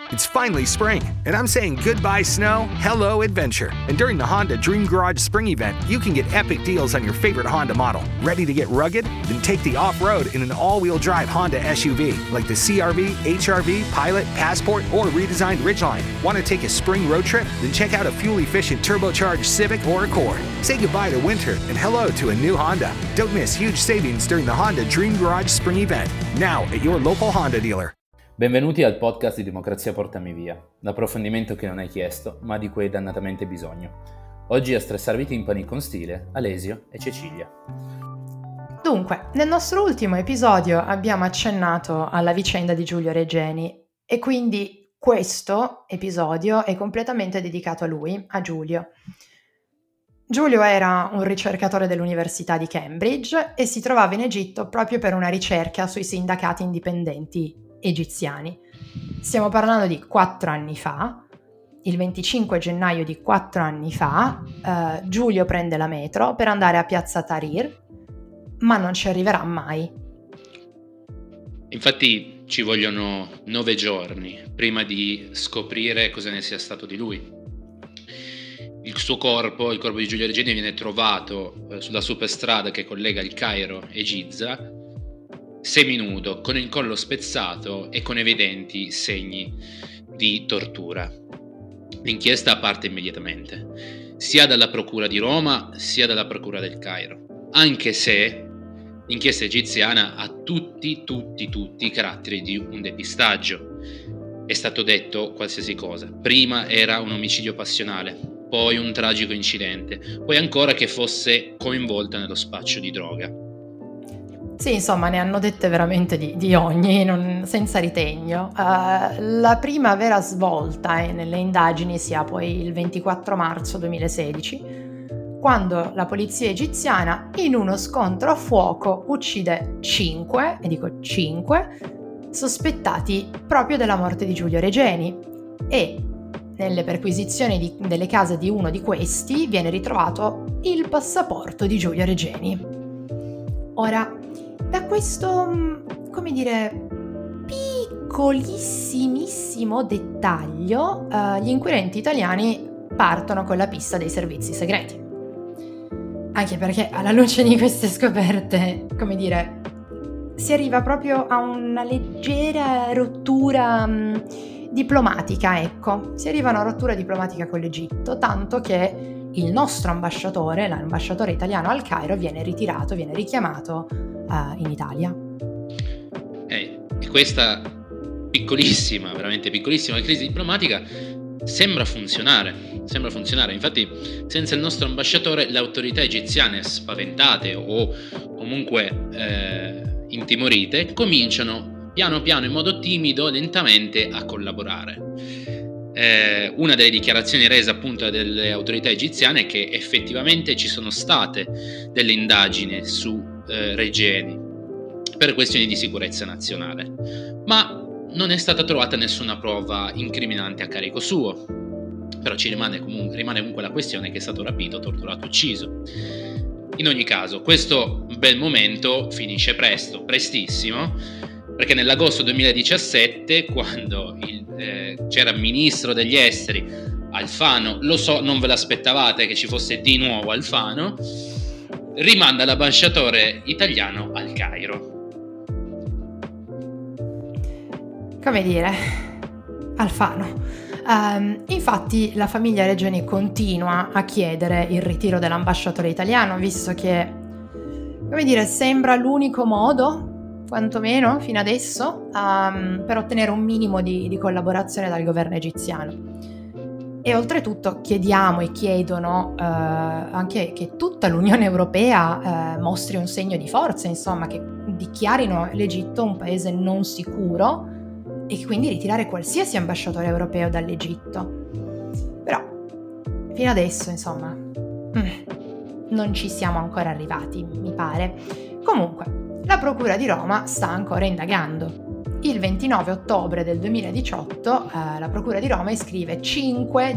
It's finally spring, and I'm saying goodbye snow, hello adventure. And during the Honda Dream Garage Spring Event, you can get epic deals on your favorite Honda model. Ready to get rugged? Then take the off-road in an all-wheel drive Honda SUV, like the CR-V, HR-V, Pilot, Passport, or redesigned Ridgeline. Want to take a spring road trip? Then check out a fuel-efficient turbocharged Civic or Accord. Say goodbye to winter and hello to a new Honda. Don't miss huge savings during the Honda Dream Garage Spring Event, now at your local Honda dealer. Benvenuti al podcast di Democrazia Portami Via, l'approfondimento che non hai chiesto, ma di cui hai dannatamente bisogno. Oggi a stressarvi i timpani con stile, Alesio e Cecilia. Dunque, nel nostro ultimo episodio abbiamo accennato alla vicenda di Giulio Regeni e quindi questo episodio è completamente dedicato a lui, a Giulio. Giulio era un ricercatore dell'Università di Cambridge e si trovava in Egitto proprio per una ricerca sui sindacati indipendenti egiziani. Stiamo parlando di 4 anni fa, il 25 gennaio di 4 anni fa, Giulio prende la metro per andare a Piazza Tahrir, ma non ci arriverà mai. Infatti ci vogliono 9 giorni prima di scoprire cosa ne sia stato di lui. Il corpo di Giulio Regeni viene trovato sulla superstrada che collega il Cairo e Giza, seminudo, con il collo spezzato e con evidenti segni di tortura. L'inchiesta parte immediatamente, sia dalla Procura di Roma sia dalla Procura del Cairo, anche se l'inchiesta egiziana ha tutti i caratteri di un depistaggio. È stato detto qualsiasi cosa. Prima era un omicidio passionale, poi un tragico incidente, poi ancora che fosse coinvolta nello spaccio di droga. Sì, insomma, ne hanno dette veramente di ogni, senza ritegno. La prima vera svolta nelle indagini si ha poi il 24 marzo 2016, quando la polizia egiziana, in uno scontro a fuoco, uccide 5 sospettati proprio della morte di Giulio Regeni e nelle perquisizioni delle case di uno di questi viene ritrovato il passaporto di Giulio Regeni. Ora, da questo, piccolissimissimo dettaglio, gli inquirenti italiani partono con la pista dei servizi segreti. Anche perché alla luce di queste scoperte, si arriva proprio a una leggera rottura diplomatica, ecco. Si arriva a una rottura diplomatica con l'Egitto, tanto che il nostro ambasciatore, l'ambasciatore italiano al Cairo, viene richiamato in Italia. E questa piccolissima, veramente piccolissima crisi diplomatica sembra funzionare. Infatti, senza il nostro ambasciatore, le autorità egiziane, spaventate o comunque intimorite, cominciano piano piano, in modo timido, lentamente a collaborare. Una delle dichiarazioni rese appunto dalle autorità egiziane è che effettivamente ci sono state delle indagini su Regeni per questioni di sicurezza nazionale, ma non è stata trovata nessuna prova incriminante a carico suo. Però rimane comunque la questione che è stato rapito, torturato, ucciso. In ogni caso, questo bel momento finisce prestissimo, perché nell'agosto 2017, quando c'era il ministro degli esteri Alfano, lo so, non ve l'aspettavate che ci fosse di nuovo Alfano, rimanda l'ambasciatore italiano al Cairo. Alfano. Infatti la famiglia Regeni continua a chiedere il ritiro dell'ambasciatore italiano, visto che, sembra l'unico modo, quantomeno fino adesso, per ottenere un minimo di collaborazione dal governo egiziano. E oltretutto chiedono anche che tutta l'Unione Europea mostri un segno di forza, insomma, che dichiarino l'Egitto un paese non sicuro e quindi ritirare qualsiasi ambasciatore europeo dall'Egitto. Però fino adesso, insomma, non ci siamo ancora arrivati, mi pare. Comunque, la Procura di Roma sta ancora indagando. Il 29 ottobre del 2018 la Procura di Roma iscrive 5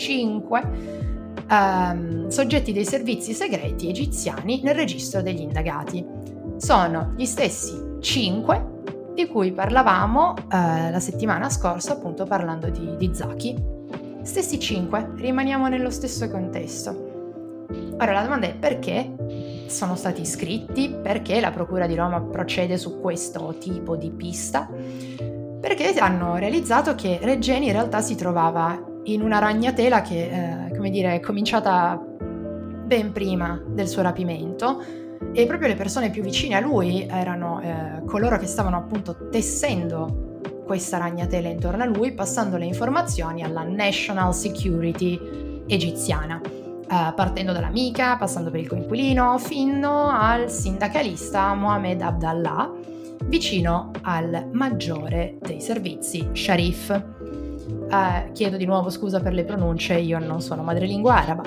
soggetti dei servizi segreti egiziani nel registro degli indagati. Sono gli stessi 5 di cui parlavamo la settimana scorsa, appunto parlando di Zaki. Stessi 5, rimaniamo nello stesso contesto. Ora la domanda è: perché sono stati iscritti? Perché la Procura di Roma procede su questo tipo di pista? Perché hanno realizzato che Regeni in realtà si trovava in una ragnatela che, è cominciata ben prima del suo rapimento, e proprio le persone più vicine a lui erano coloro che stavano appunto tessendo questa ragnatela intorno a lui, passando le informazioni alla National Security egiziana, partendo dalla Mica, passando per il coinquilino, fino al sindacalista Mohamed Abdallah, vicino al maggiore dei servizi, Sharif. Chiedo di nuovo scusa per le pronunce, io non sono madrelingua araba.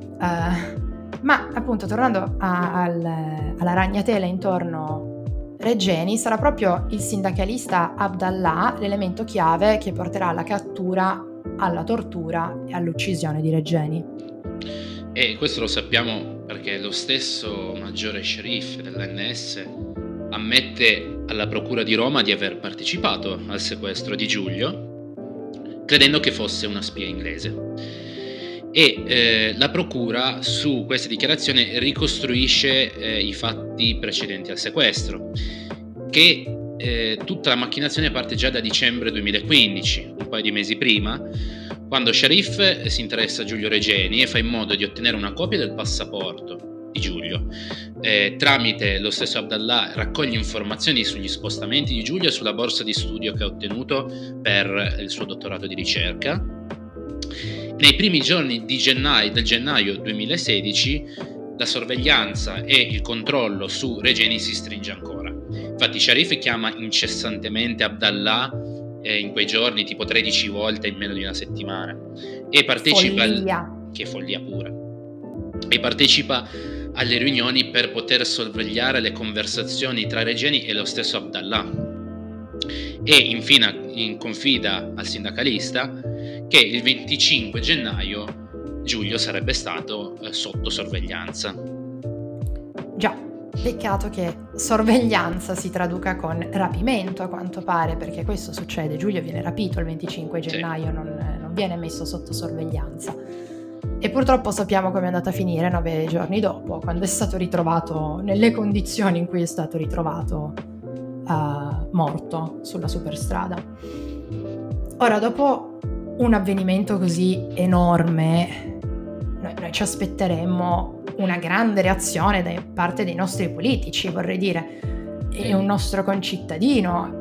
Ma appunto, tornando alla ragnatela intorno Regeni, sarà proprio il sindacalista Abdallah l'elemento chiave che porterà alla cattura, alla tortura e all'uccisione di Regeni. E questo lo sappiamo perché lo stesso maggiore Sharif dell'NS ammette alla Procura di Roma di aver partecipato al sequestro di Giulio, credendo che fosse una spia inglese. E la Procura su queste dichiarazioni ricostruisce i fatti precedenti al sequestro, che tutta la macchinazione parte già da dicembre 2015, un paio di mesi prima, quando Sharif si interessa a Giulio Regeni e fa in modo di ottenere una copia del passaporto di Giulio. Tramite lo stesso Abdallah raccoglie informazioni sugli spostamenti di Giulio e sulla borsa di studio che ha ottenuto per il suo dottorato di ricerca. Nei primi giorni del gennaio 2016 la sorveglianza e il controllo su Regeni si stringe ancora. Infatti Sharif chiama incessantemente Abdallah in quei giorni tipo 13 volte in meno di una settimana e partecipa che follia pura. E partecipa alle riunioni per poter sorvegliare le conversazioni tra Regeni e lo stesso Abdallah. E infine confida al sindacalista che il 25 gennaio Giulio sarebbe stato sotto sorveglianza. Già, peccato che sorveglianza si traduca con rapimento a quanto pare, perché questo succede, Giulio viene rapito il 25 gennaio, sì. non viene messo sotto sorveglianza. E purtroppo sappiamo come è andata a finire 9 giorni dopo, quando è stato ritrovato nelle condizioni in cui è stato ritrovato morto sulla superstrada. Ora, dopo un avvenimento così enorme, noi ci aspetteremmo una grande reazione da parte dei nostri politici, vorrei dire, e un nostro concittadino.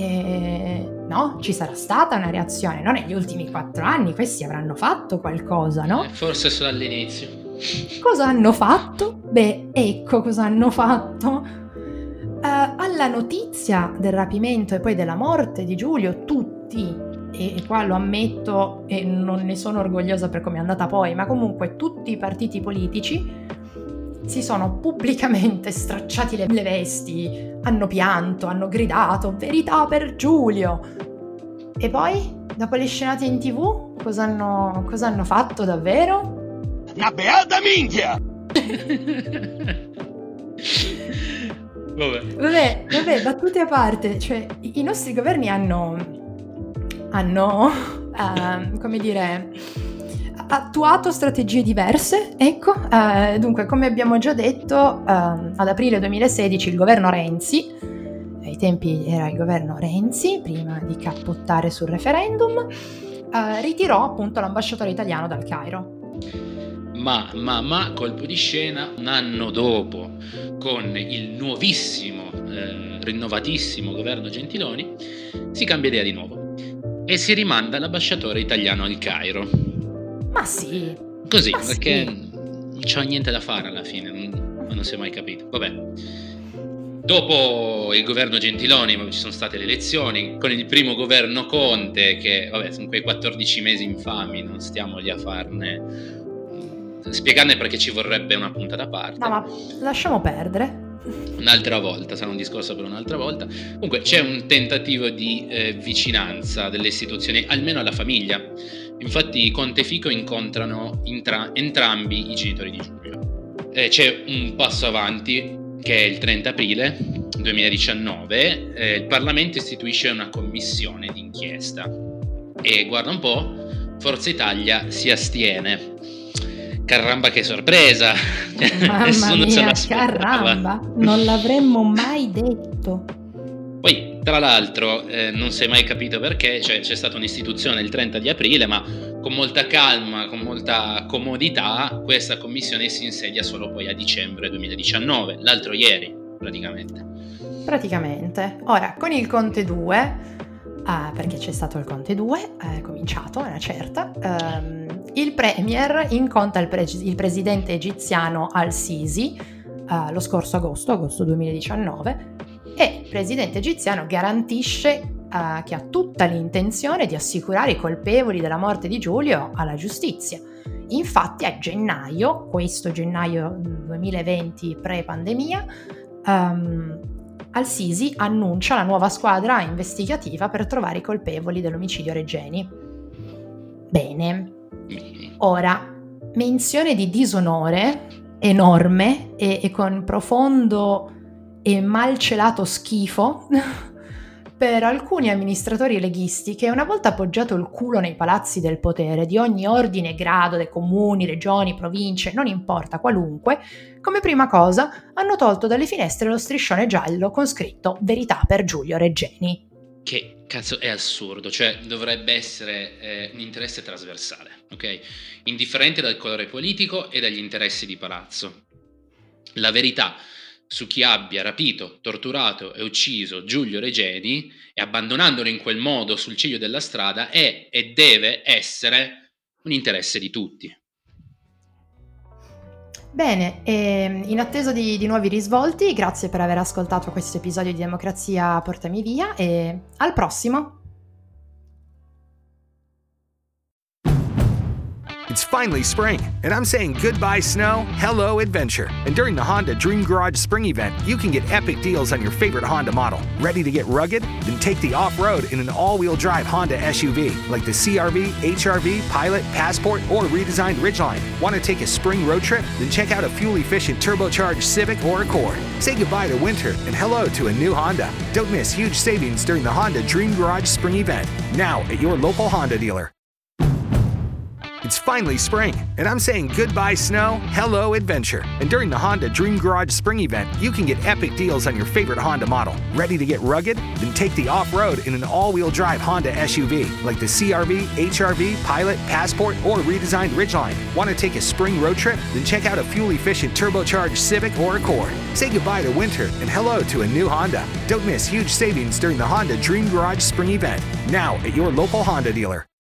No, ci sarà stata una reazione, no? Negli ultimi 4 anni questi avranno fatto qualcosa, no? Forse solo all'inizio. Cosa hanno fatto? Beh, ecco cosa hanno fatto. Alla notizia del rapimento e poi della morte di Giulio, tutti, e qua lo ammetto e non ne sono orgogliosa per come è andata poi, ma comunque tutti i partiti politici si sono pubblicamente stracciati le vesti, hanno pianto, hanno gridato verità per Giulio. E poi, dopo le scenate in TV, cosa hanno fatto davvero? Una beata minchia! Vabbè, battute a parte, cioè i nostri governi hanno come dire, attuato strategie diverse, ecco. Dunque, come abbiamo già detto, ad aprile 2016 il governo Renzi, ai tempi era il governo Renzi, prima di cappottare sul referendum, ritirò appunto l'ambasciatore italiano dal Cairo. Ma colpo di scena, un anno dopo, con il nuovissimo, rinnovatissimo governo Gentiloni, si cambia idea di nuovo e si rimanda l'ambasciatore italiano al Cairo. Ma sì! Così, perché non c'ho niente da fare alla fine, non si è mai capito. Vabbè. Dopo il governo Gentiloni ci sono state le elezioni, con il primo governo Conte, che vabbè, sono quei 14 mesi infami, non stiamo lì a spiegarne perché ci vorrebbe una puntata a parte. No, ma lasciamo perdere. Un'altra volta, sarà un discorso per un'altra volta. Comunque c'è un tentativo di vicinanza delle istituzioni, almeno alla famiglia. Infatti Conte e Fico incontrano entrambi i genitori di Giulio. C'è un passo avanti, che è il 30 aprile, 2019 il Parlamento istituisce una commissione d'inchiesta e guarda un po', Forza Italia si astiene. Caramba, che sorpresa! Mamma mia, caramba, non l'avremmo mai detto. Poi, tra l'altro, non si è mai capito perché, c'è stata un'istituzione il 30 di aprile, ma con molta calma, con molta comodità, questa commissione si insedia solo poi a dicembre 2019, l'altro ieri, praticamente. Ora, con il Conte 2, perché c'è stato il Conte 2, è cominciato, una certa, il Premier incontra il presidente egiziano Al-Sisi lo scorso agosto 2019, e il presidente egiziano garantisce che ha tutta l'intenzione di assicurare i colpevoli della morte di Giulio alla giustizia. Infatti a gennaio, questo gennaio 2020 pre-pandemia, Al-Sisi annuncia la nuova squadra investigativa per trovare i colpevoli dell'omicidio Regeni. Bene. Ora, menzione di disonore enorme e con profondo e malcelato schifo per alcuni amministratori leghisti che, una volta appoggiato il culo nei palazzi del potere di ogni ordine e grado, dei comuni, regioni, province, non importa, qualunque, come prima cosa hanno tolto dalle finestre lo striscione giallo con scritto "Verità per Giulio Regeni". Che cazzo, è assurdo, cioè dovrebbe essere un interesse trasversale, ok? Indifferente dal colore politico e dagli interessi di palazzo. La verità su chi abbia rapito, torturato e ucciso Giulio Regeni, e abbandonandolo in quel modo sul ciglio della strada, è e deve essere un interesse di tutti. Bene, in attesa di nuovi risvolti, grazie per aver ascoltato questo episodio di Democrazia Portami Via e al prossimo! It's finally spring, and I'm saying goodbye snow, hello adventure. And during the Honda Dream Garage Spring Event, you can get epic deals on your favorite Honda model. Ready to get rugged? Then take the off-road in an all-wheel drive Honda SUV, like the CR-V, HR-V, Pilot, Passport, or redesigned Ridgeline. Want to take a spring road trip? Then check out a fuel-efficient turbocharged Civic or Accord. Say goodbye to winter and hello to a new Honda. Don't miss huge savings during the Honda Dream Garage Spring Event, now at your local Honda dealer. It's finally spring, and I'm saying goodbye snow, hello adventure. And during the Honda Dream Garage Spring Event, you can get epic deals on your favorite Honda model. Ready to get rugged? Then take the off-road in an all-wheel drive Honda SUV, like the CR-V, HR-V, Pilot, Passport, or redesigned Ridgeline. Want to take a spring road trip? Then check out a fuel-efficient turbocharged Civic or Accord. Say goodbye to winter and hello to a new Honda. Don't miss huge savings during the Honda Dream Garage Spring Event, now at your local Honda dealer.